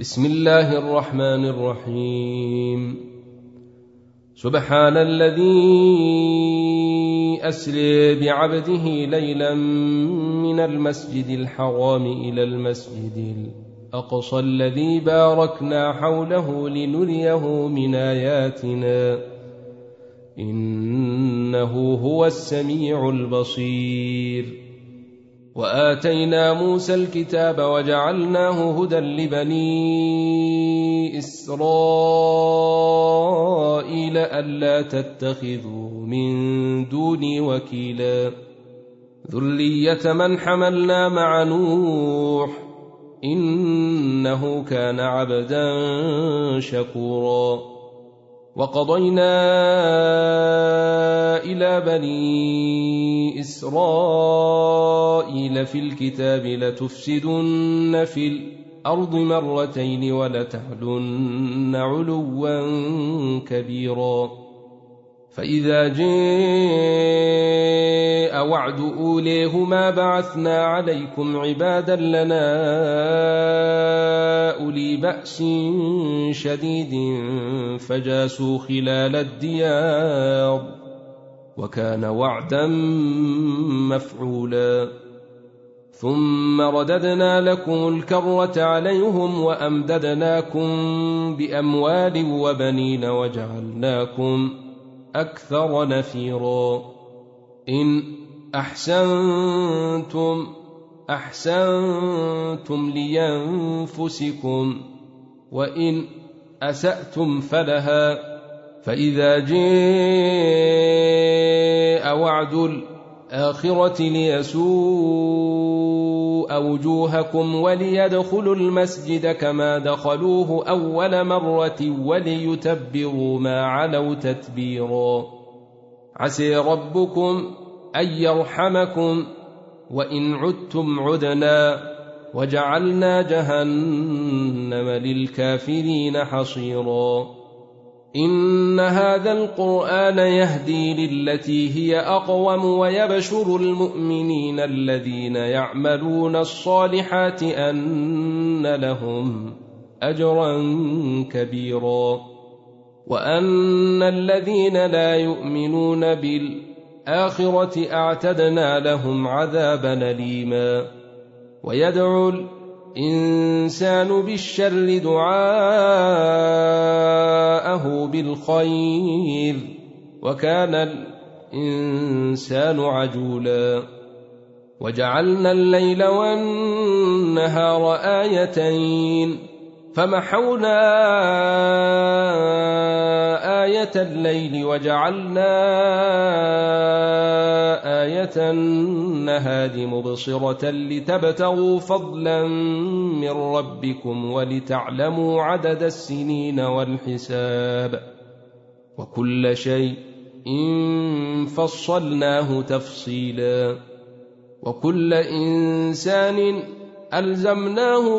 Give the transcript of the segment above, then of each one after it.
بسم الله الرحمن الرحيم. سبحان الذي أسري بعبده ليلا من المسجد الحرام إلى المسجد الأقصى الذي باركنا حوله لنريه من آياتنا إنه هو السميع البصير. وآتينا موسى الكتاب وجعلناه هدى لبني إسرائيل ألا تتخذوا من دوني وكيلا ذرية من حملنا مع نوح إنه كان عبدا شكورا. وقضينا إلى بني إسرائيل في الكتاب لتفسدن في الأرض مرتين ولتعلن علوا كبيرا. فإذا جاء وعد أوليهما بعثنا عليكم عبادا لنا أولي بأس شديد فجاسوا خلال الديار وكان وعدا مفعولا. ثم رددنا لكم الكرة عليهم وأمددناكم بأموال وبنين وجعلناكم أكثر نفيرا. إن أحسنتم لينفسكم وإن أسأتم فلها. فإذا جاء وعد الآخرة ليسوء وجوهكم وليدخلوا المسجد كما دخلوه أول مرة وليتبروا ما علوا تتبيرا. عسى ربكم أن يرحمكم وإن عدتم عدنا وجعلنا جهنم للكافرين حصيرا. إن هذا القرآن يهدي للتي هي أقوم ويبشر المؤمنين الذين يعملون الصالحات أن لهم أجرا كبيرا وأن الذين لا يؤمنون بالآخرة أعتدنا لهم عذابا أليما. ويدعو الإنسان بالشر دعاءه بالخير وكان الإنسان عجولا. وجعلنا الليل والنهار آيتين فمحونا آية الليل وجعلنا آية النهار مبصرة لتبتغوا فضلا من ربكم ولتعلموا عدد السنين والحساب وكل شيء فصلناه تفصيلا. وكل إنسان ألزمناه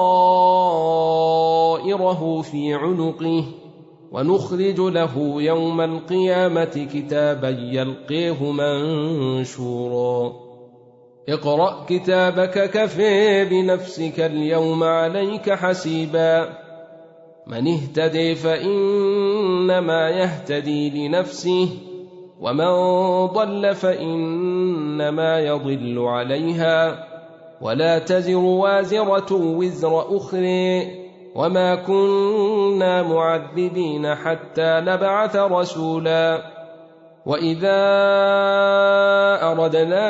طائره في عنقه ونخرج له يوم القيامة كتابا يلقيه منشورا. اقرأ كتابك كفى بنفسك اليوم عليك حسيبا. من اهتدي فإنما يهتدي لنفسه ومن ضل فإنما يضل عليها ولا تزر وازرة وزر أخرى وما كنا معذبين حتى نبعث رسولا. وإذا أردنا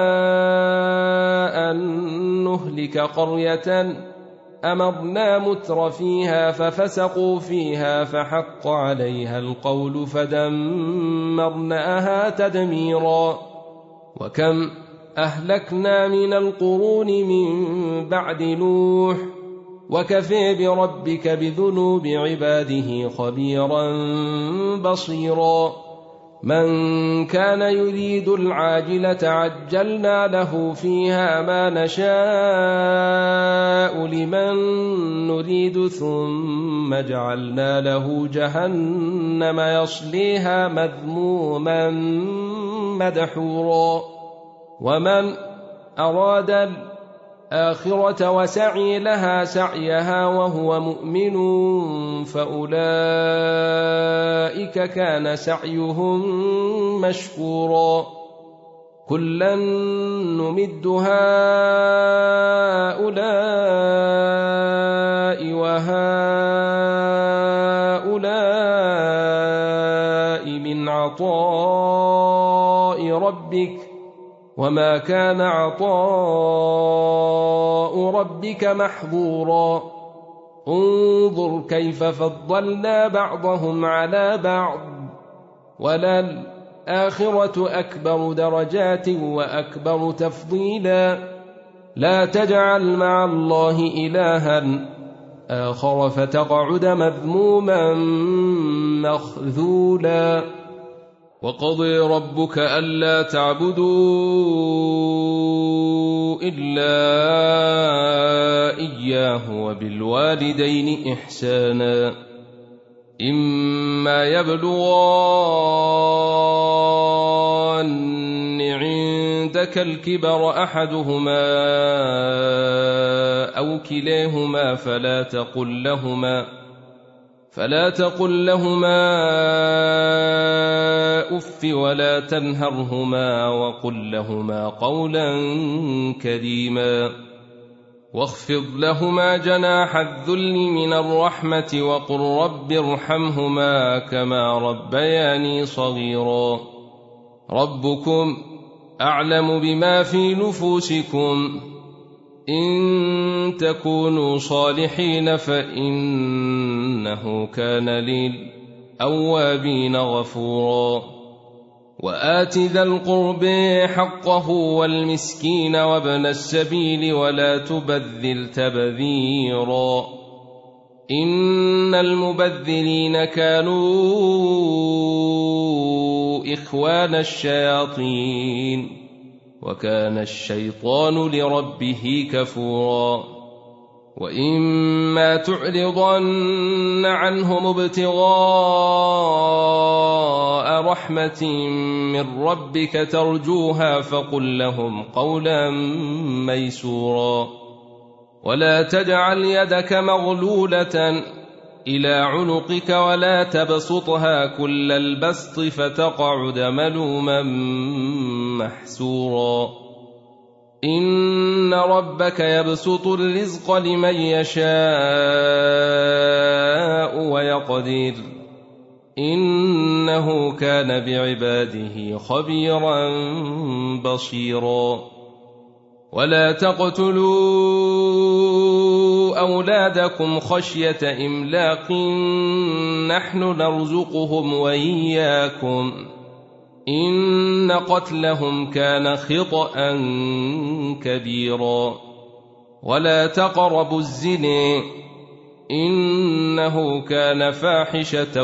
أن نهلك قرية أمرنا متر فيها ففسقوا فيها فحق عليها القول فدمرناها تدميرا. وكم أهلكنا من القرون من بعد نوح وكفى بربك بذنوب عباده خبيرا بصيرا. من كان يريد العاجلة عجلنا له فيها ما نشاء لمن نريد ثم جعلنا له جهنم يصليها مذموما مدحورا. ومن أراد الآخرة وسعي لها سعيها وهو مؤمن فأولئك كان سعيهم مشكورا كلا نمد هؤلاء وهؤلاء من عطاء ربك وما كان عطاء ربك محظورا انظر كيف فضلنا بعضهم على بعض وللآخرة أكبر درجات وأكبر تفضيلا لا تجعل مع الله إلها آخر فتقعد مذموما مخذولا وقضي ربك ألا تعبدوا إلا إياه وبالوالدين إحسانا إما يبلغن عندك الكبر أحدهما أو كليهما فلا تقل لهما أف ولا تنهرهما وقل لهما قولا كريما واخفض لهما جناح الذل من الرحمة وقل رب ارحمهما كما ربياني صغيرا ربكم أعلم بما في نفوسكم إن تكونوا صالحين فإنه كان للأوابين غفورا وآت ذا القرب حقه والمسكين وابن السبيل ولا تبذل تبذيرا إن المبذلين كانوا إخوان الشياطين وكان الشيطان لربه كفورا وإما تعرضن عنهم ابتغاء رحمة من ربك ترجوها فقل لهم قولا ميسورا ولا تجعل يدك مغلولة إلى عنقك ولا تبسطها كل البسط فتقعد ملوما محسورا إن ربك يبسط الرزق لمن يشاء ويقدر إنه كان بعباده خبيرا بصيرا ولا تقتلوا أولادكم خشية إملاق نحن نرزقهم وإياكم إن قتلهم كان خطأ كبيرا ولا تقربوا الزنا إنه كان فاحشة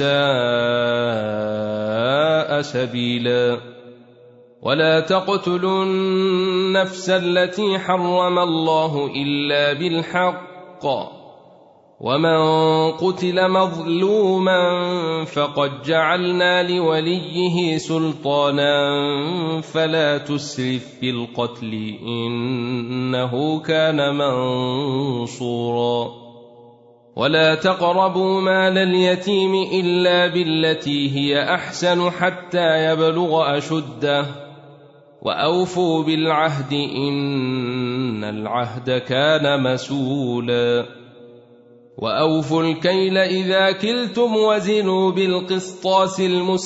وساء سبيلا ولا تقتلوا النفس التي حرم الله إلا بالحق ومن قتل مظلوما فقد جعلنا لوليه سلطانا فلا تسرف في القتل إنه كان منصورا ولا تقربوا مال اليتيم إلا بالتي هي أحسن حتى يبلغ أشده وأوفوا بالعهد إن العهد كان مسؤولا وأوفوا الكيل إذا كلتم وزنوا بالقسطاس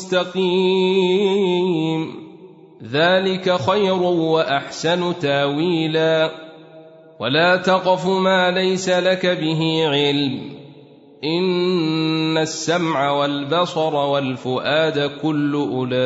المستقيم ذلك خير وأحسن تاويلا ولا تقف ما ليس لك به علم إن السمع والبصر والفؤاد كل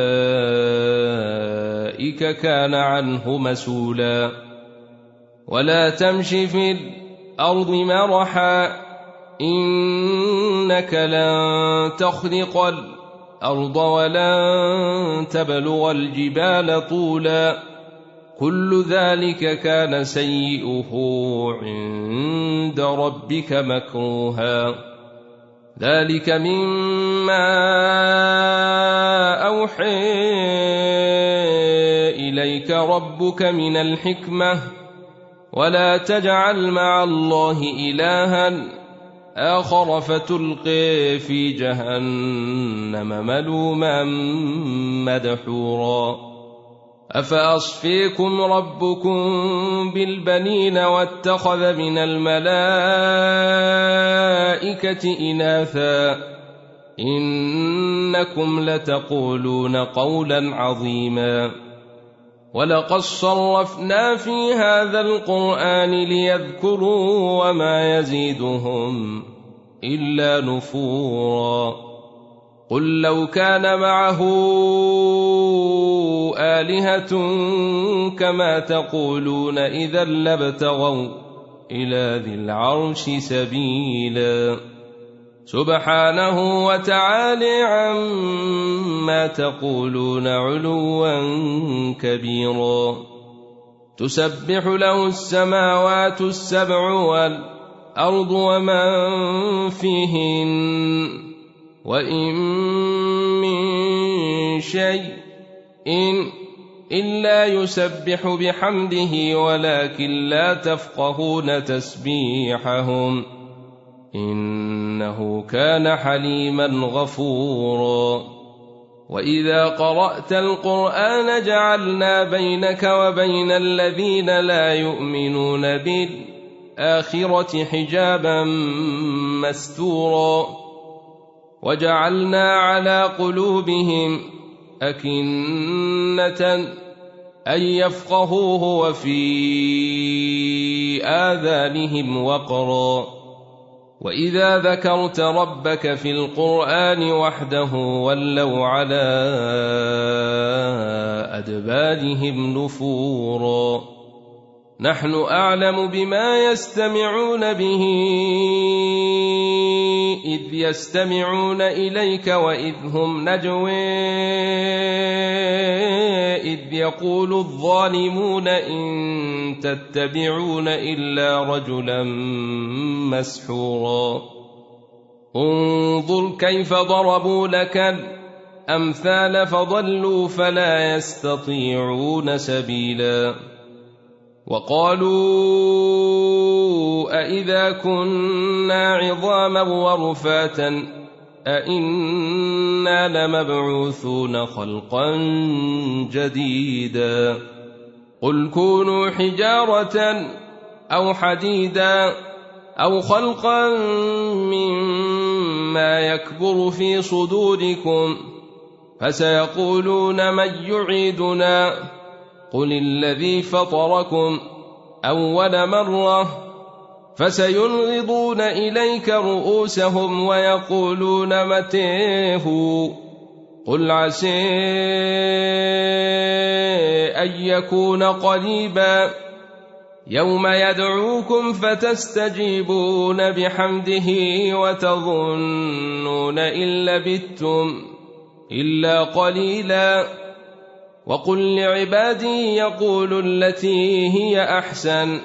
أولئك كان عنه مسؤولا ولا تمش في الأرض مرحا إنك لن تخرق الأرض ولن تبلغ الجبال طولا كل ذلك كان سيئه عند ربك مكروها ذلك مما أوحى إليك ربك من الحكمة ولا تجعل مع الله إلها آخر فتلقي في جهنم ملوما مدحورا أفأصفيكم ربكم بالبنين واتخذ من الملائكة إناثا إنكم لتقولون قولا عظيما ولقد صرفنا في هذا القرآن ليذكروا وما يزيدهم إلا نفورا قل لو كان معه آلهة كما تقولون إذا لابتغوا إلى ذي العرش سبيلا سبحانه وتعالى عما تقولون علوا كبيرا تسبح له السماوات السبع والأرض ومن فيهن وإن من شيء إلا يسبح بحمده ولكن لا تفقهون تسبيحهم إنه كان حليما غفورا وإذا قرأت القرآن جعلنا بينك وبين الذين لا يؤمنون بالآخرة حجابا مستورا وجعلنا على قلوبهم أكنة أن يفقهوه وفي آذانهم وقرا وإذا ذكرت ربك في القرآن وحده ولوا على أدبارهم نفورا نحن أعلم بما يستمعون به إذ يستمعون إليك وإذ هم نجوى إذ يقول الظالمون إن تتبعون إلا رجلا مسحورا انظر كيف ضربوا لك الأمثال فضلوا فلا يستطيعون سبيلا وقالوا أإذا كنا عظاما ورفاتا أإنا لمبعوثون خلقا جديدا قل كونوا حجارة أو حديدا أو خلقا مما يكبر في صدوركم فسيقولون من يعيدنا قل الذي فطركم أول مرة فسينغضون إليك رؤوسهم ويقولون متى هو قل عسى أن يكون قريبا يوم يدعوكم فتستجيبون بحمده وتظنون إن لبثتم إلا قليلا وقل لعبادي يقولوا التي هي أحسن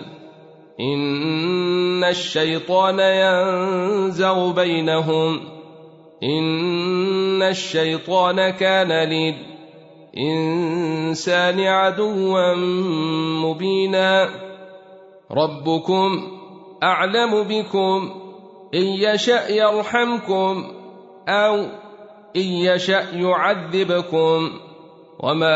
إن الشيطان ينزغ بينهم إن الشيطان كان للإنسان عدوا مبينا ربكم أعلم بكم إن يشأ يرحمكم أو إن يشأ يعذبكم وما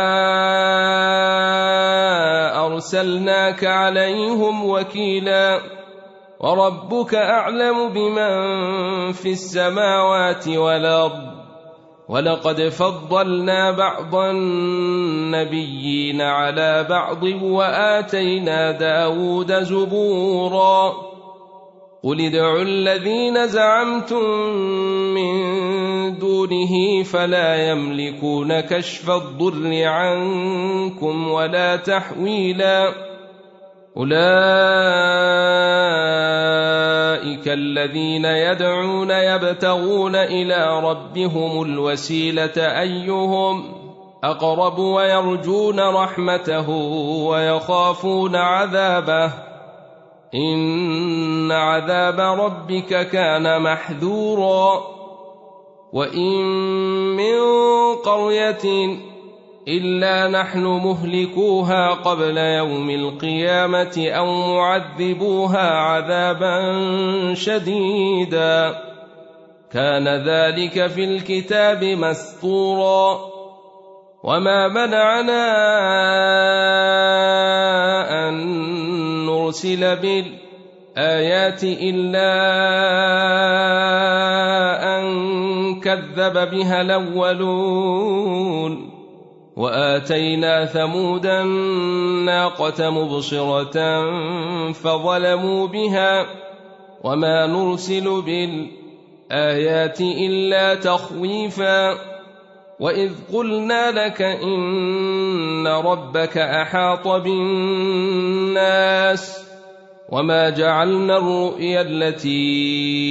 أرسلناك عليهم وكيلا وربك أعلم بمن في السماوات والأرض ولقد فضلنا بعض النبيين على بعض وآتينا داود زبورا قل ادعوا الذين زعمتم من دونه فلا يملكون كشف الضر عنكم ولا تحويلا أولئك الذين يدعون يبتغون إلى ربهم الوسيلة أيهم أقرب ويرجون رحمته ويخافون عذابه إن عذاب ربك كان محذورا وإن من قرية إلا نحن مهلكوها قبل يوم القيامة أو معذبوها عذابا شديدا كان ذلك في الكتاب مسطورا وما منعنا أن نرسل بالآيات إلا أن كذب بها الأولون وآتينا ثمود الناقة مبصرة فظلموا بها وما نرسل بالآيات إلا تخويفا وإذ قلنا لك إن ربك أحاط بالناس وما جعلنا الرؤيا التي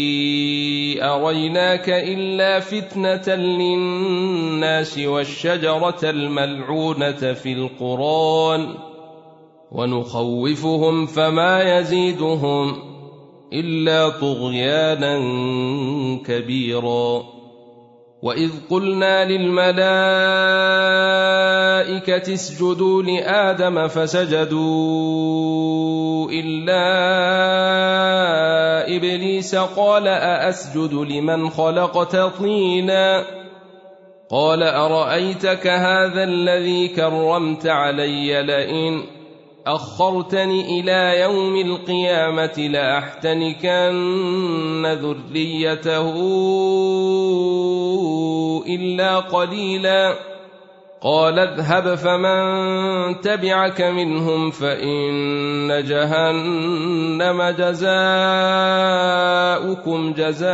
أريناك إلا فتنة للناس والشجرة الملعونة في القرآن ونخوفهم فما يزيدهم إلا طغيانا كبيرا وإذ قلنا للملائكة اسجدوا لآدم فسجدوا إلا إبليس قال أأسجد لمن خلقت طينا قال أرأيتك هذا الذي كرمت علي لئن أخرتني إلى يوم القيامة لأحتنكن ذريته إلا قليلا قال اذهب فمن تبعك منهم فإن جهنم جزاؤكم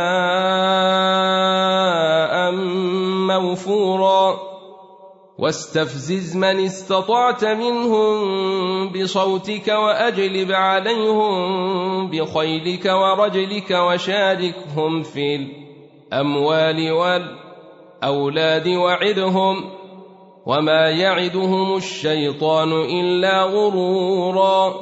جزاء موفورا واستفزز من استطعت منهم بصوتك وأجلب عليهم بخيلك ورجلك وشاركهم في الأموال والأولاد وعدهم وما يعدهم الشيطان إلا غرورا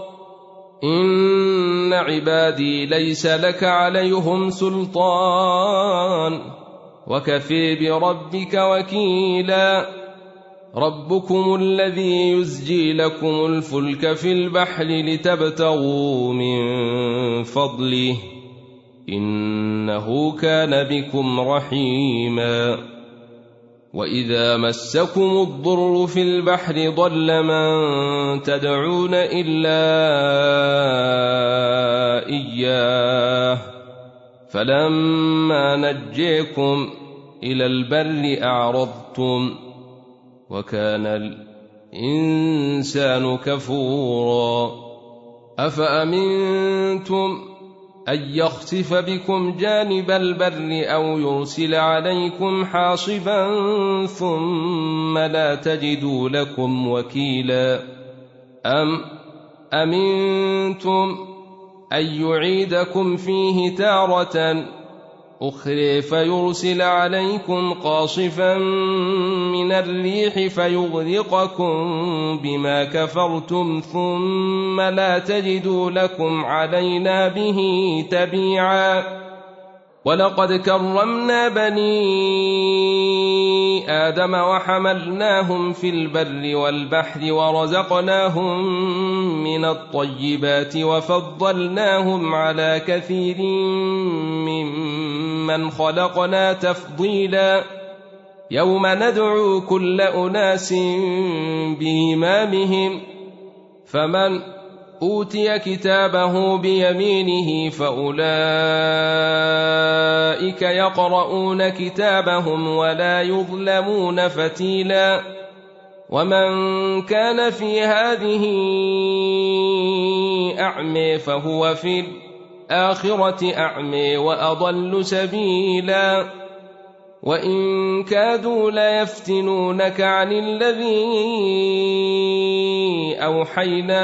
إن عبادي ليس لك عليهم سلطان وكفي بربك وكيلا ربكم الذي يزجي لكم الفلك في البحر لتبتغوا من فضله إنه كان بكم رحيما وإذا مسكم الضر في البحر ضل من تدعون إلا إياه فلما نجيكم إلى البر أعرضتم وكان الإنسان كفورا أفأمنتم أن يخسف بكم جانب البر أو يرسل عليكم حاصبا ثم لا تجدوا لكم وكيلا أم أمنتم أن يعيدكم فيه تارة أخرى فيرسل عليكم قاصفا من الريح فيغرقكم بما كفرتم ثم لا تجدوا لكم علينا به تبيعا ولقد كرمنا بني آدم وحملناهم في البر والبحر ورزقناهم من الطيبات وفضلناهم على كثير ممن خلقنا تفضيلا يوم ندعو كل أناس بإمامهم فمن أوتي كتابه بيمينه فأولئك يقرؤون كتابهم ولا يظلمون فتيلا ومن كان في هذه أعمى فهو في الآخرة أعمى وأضل سبيلا وإن كادوا ليفتنونك عن الذي أوحينا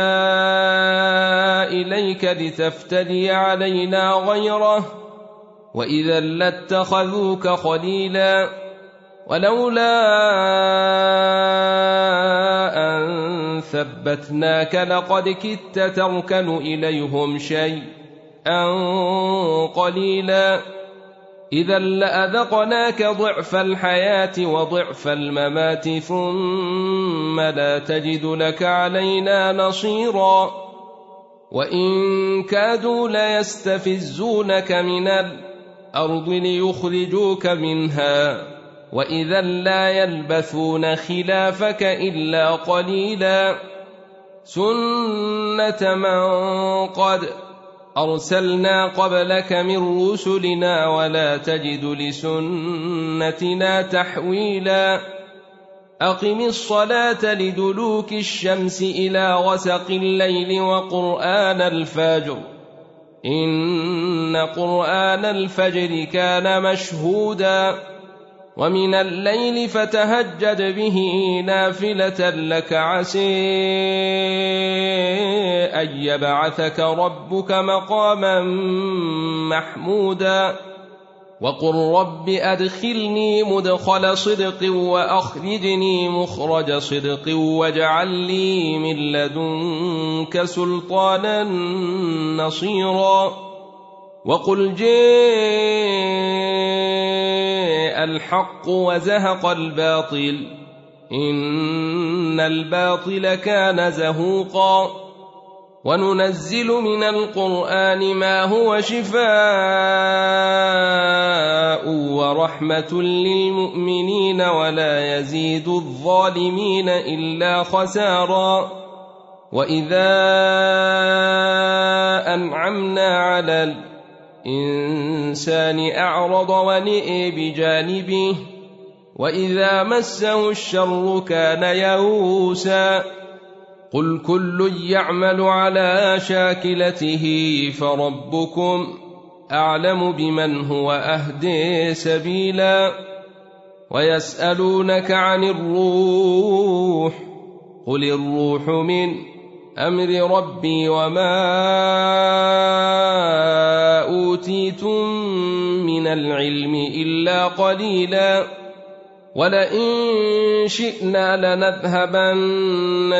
إليك لتفتري علينا غيره وإذا لاتخذوك خليلا ولولا أن ثبتناك لقد كدت تركن إليهم شيئا قليلا إذا لأذقناك ضعف الحياة وضعف الممات ثم لا تجد لك علينا نصيرا وإن كادوا ليستفزونك من الأرض ليخرجوك منها وإذا لا يلبثون خلافك إلا قليلا سنة من قد أرسلنا قبلك من رسلنا ولا تجد لسنتنا تحويلا أقم الصلاة لدلوك الشمس إلى غسق الليل وقرآن الفجر إن قرآن الفجر كان مشهودا ومن الليل فتهجد به نافلة لك عسى أن يبعثك ربك مقاما محمودا وقل رب أدخلني مدخل صدق وأخرجني مخرج صدق واجعل لي من لدنك سلطانا نصيرا وقل جاء الحق وزهق الباطل إن الباطل كان زهوقا وننزل من القرآن ما هو شفاء ورحمة للمؤمنين ولا يزيد الظالمين إلا خسارا وإذا أنعمنا على الإنسان أعرض ونئ بجانبه وإذا مسه الشر كان يئوسا قل كل يعمل على شاكلته فربكم أعلم بمن هو أهدي سبيلا ويسألونك عن الروح قل الروح من أمر ربي وما أوتيتم من العلم إلا قليلا ولئن شئنا لنذهبن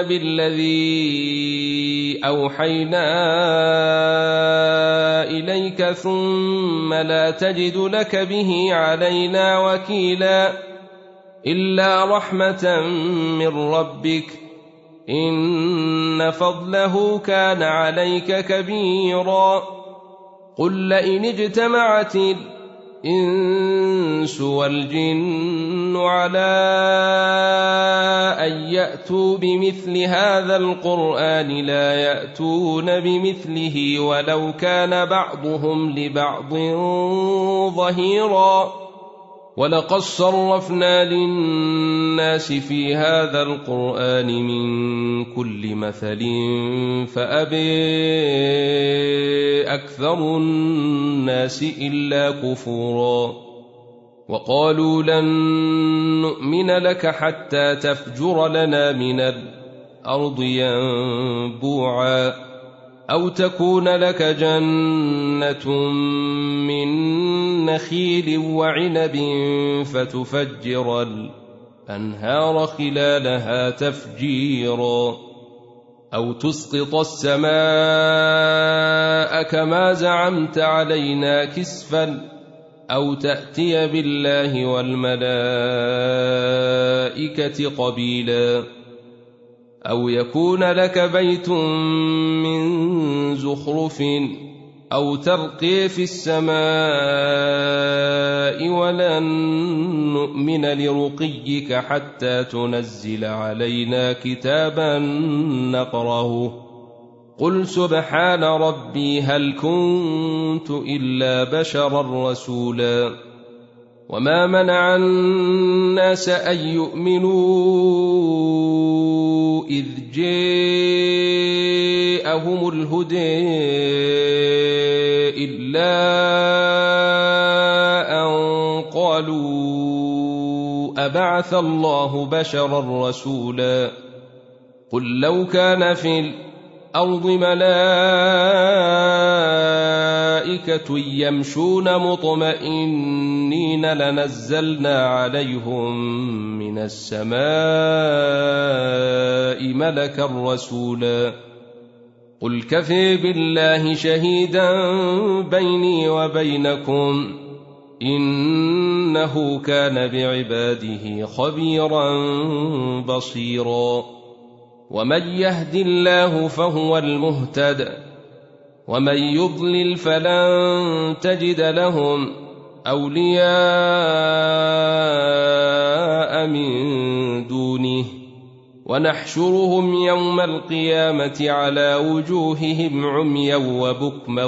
بالذي أوحينا إليك ثم لا تجد لك به علينا وكيلا إلا رحمة من ربك إن فضله كان عليك كبيرا قل لئن اجتمعت الإنس والجن على أن يأتوا بمثل هذا القرآن لا يأتون بمثله ولو كان بعضهم لبعض ظهيرا ولقد صرفنا للناس في هذا القرآن من كل مثل فأبى أكثر الناس إلا كفورا وقالوا لن نؤمن لك حتى تفجر لنا من الأرض ينبوعا أو تكون لك جنة من نخيل وعنب فتفجر الأنهار خلالها تفجيرا أو تسقط السماء كما زعمت علينا كسفا أو تأتي بالله والملائكة قبيلا أو يكون لك بيت من زخرف أو ترقي في السماء ولن نؤمن لرقيك حتى تنزل علينا كتابا نقرأه قل سبحان ربي هل كنت إلا بشرا رسولا وما منع الناس أن يؤمنوا إذ جاءهم الهدى إلا أن قالوا أبعث الله بشرا رسولا قل لو كان في الأرض ملائكة يمشون مطمئنين لنزلنا عليهم من السماء ملكا رسولا قل كفى بالله شهيدا بيني وبينكم إنه كان بعباده خبيرا بصيرا. ومن يهد الله فهو المهتد ومن يضلل فلن تجد لهم أولياء من دونه ونحشرهم يوم القيامة على وجوههم عميا وبكما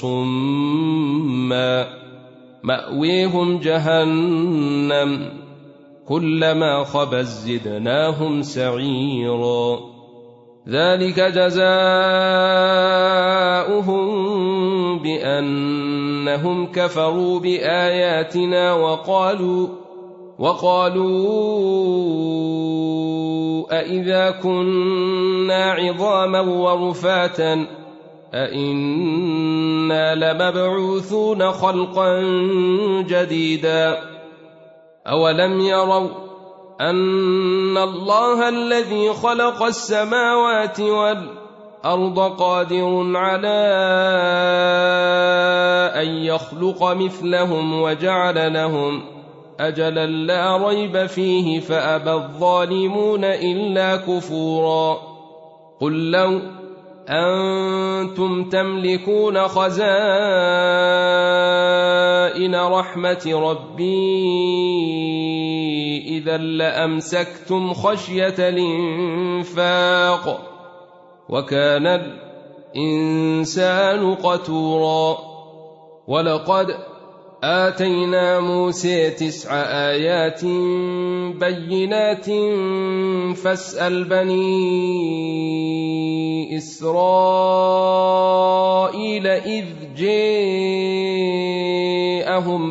وصما مأويهم جهنم كلما خبت زدناهم سعيرا. ذلك جزاؤهم بأنهم كفروا بآياتنا وقالوا أإذا كنا عظاما ورفاتا أإنا لمبعوثون خلقا جديدا. أولم يروا أن الله الذي خلق السماوات والأرض قادر على أن يخلق مثلهم وجعل لهم أجلا لا ريب فيه فأبى الظالمون إلا كفورا. قل لو أنتم تملكون خزائن رحمة ربي إذا لأمسكتم خشية الإنفاق وكان الإنسان قتورا. ولقد آتينا موسى 9 آيات بينات فاسأل بني إسرائيل إذ جاءهم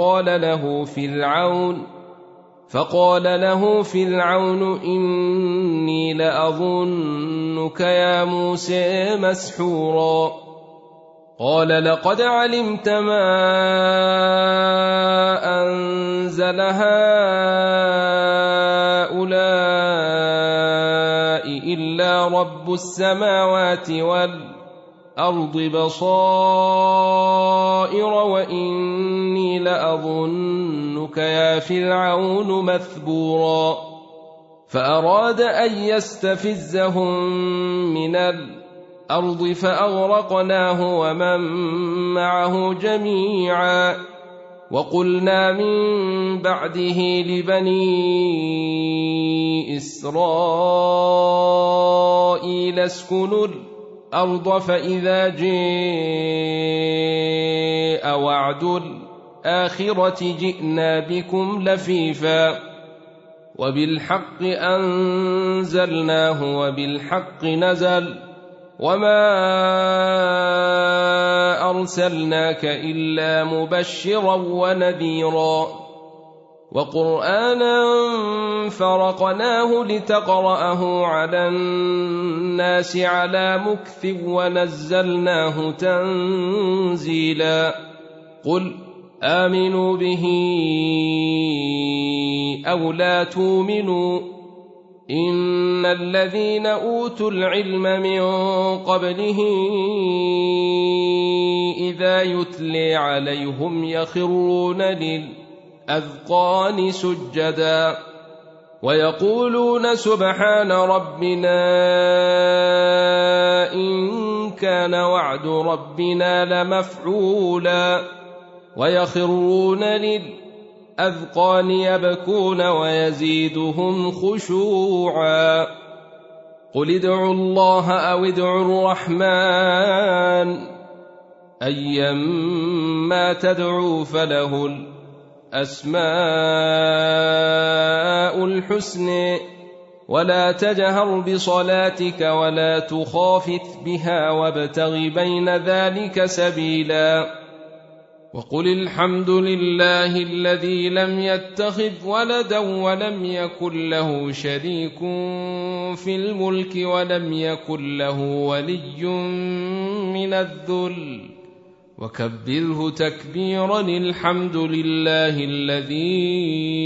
فقال له فرعون إني لأظنك يا موسى مسحورا. قال لقد علمت ما أنزل هؤلاء إلا رب السماوات والأرض بصائر وإني لأظنك يا فرعون مثبورا. فأراد أن يستفزهم من الأرض فأغرقناه ومن معه جميعا. وقلنا من بعده لبني إسرائيل اسكنوا الأرض فإذا جاء وعد الآخرة جئنا بكم لفيفا وبالحق أنزلناه وبالحق نزل وما أرسلناك إلا مبشرا ونذيرا. وقرآنا فرقناه لتقرأه على الناس على مكث ونزلناه تنزيلا. قل آمنوا به أو لا تؤمنوا إن الذين أوتوا العلم من قبله إذا يتلي عليهم يخرون للأذقان سجدا ويقولون سبحان ربنا إن كان وعد ربنا لمفعولا ويخرون للأذقان يبكون ويزيدهم خشوعا. قل ادعوا الله أو ادعوا الرحمن أيما تدعوا فله الأسماء الحسن ولا تجهر بصلاتك ولا تخافت بها وابتغ بين ذلك سبيلا. وقل الحمد لله الذي لم يتخذ ولدا ولم يكن له شريك في الملك ولم يكن له ولي من الذل وكبره تكبيرا. الحمد لله الذي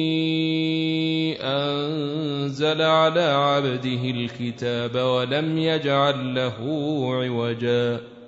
أنزل على عبده الكتاب ولم يجعل له عوجا.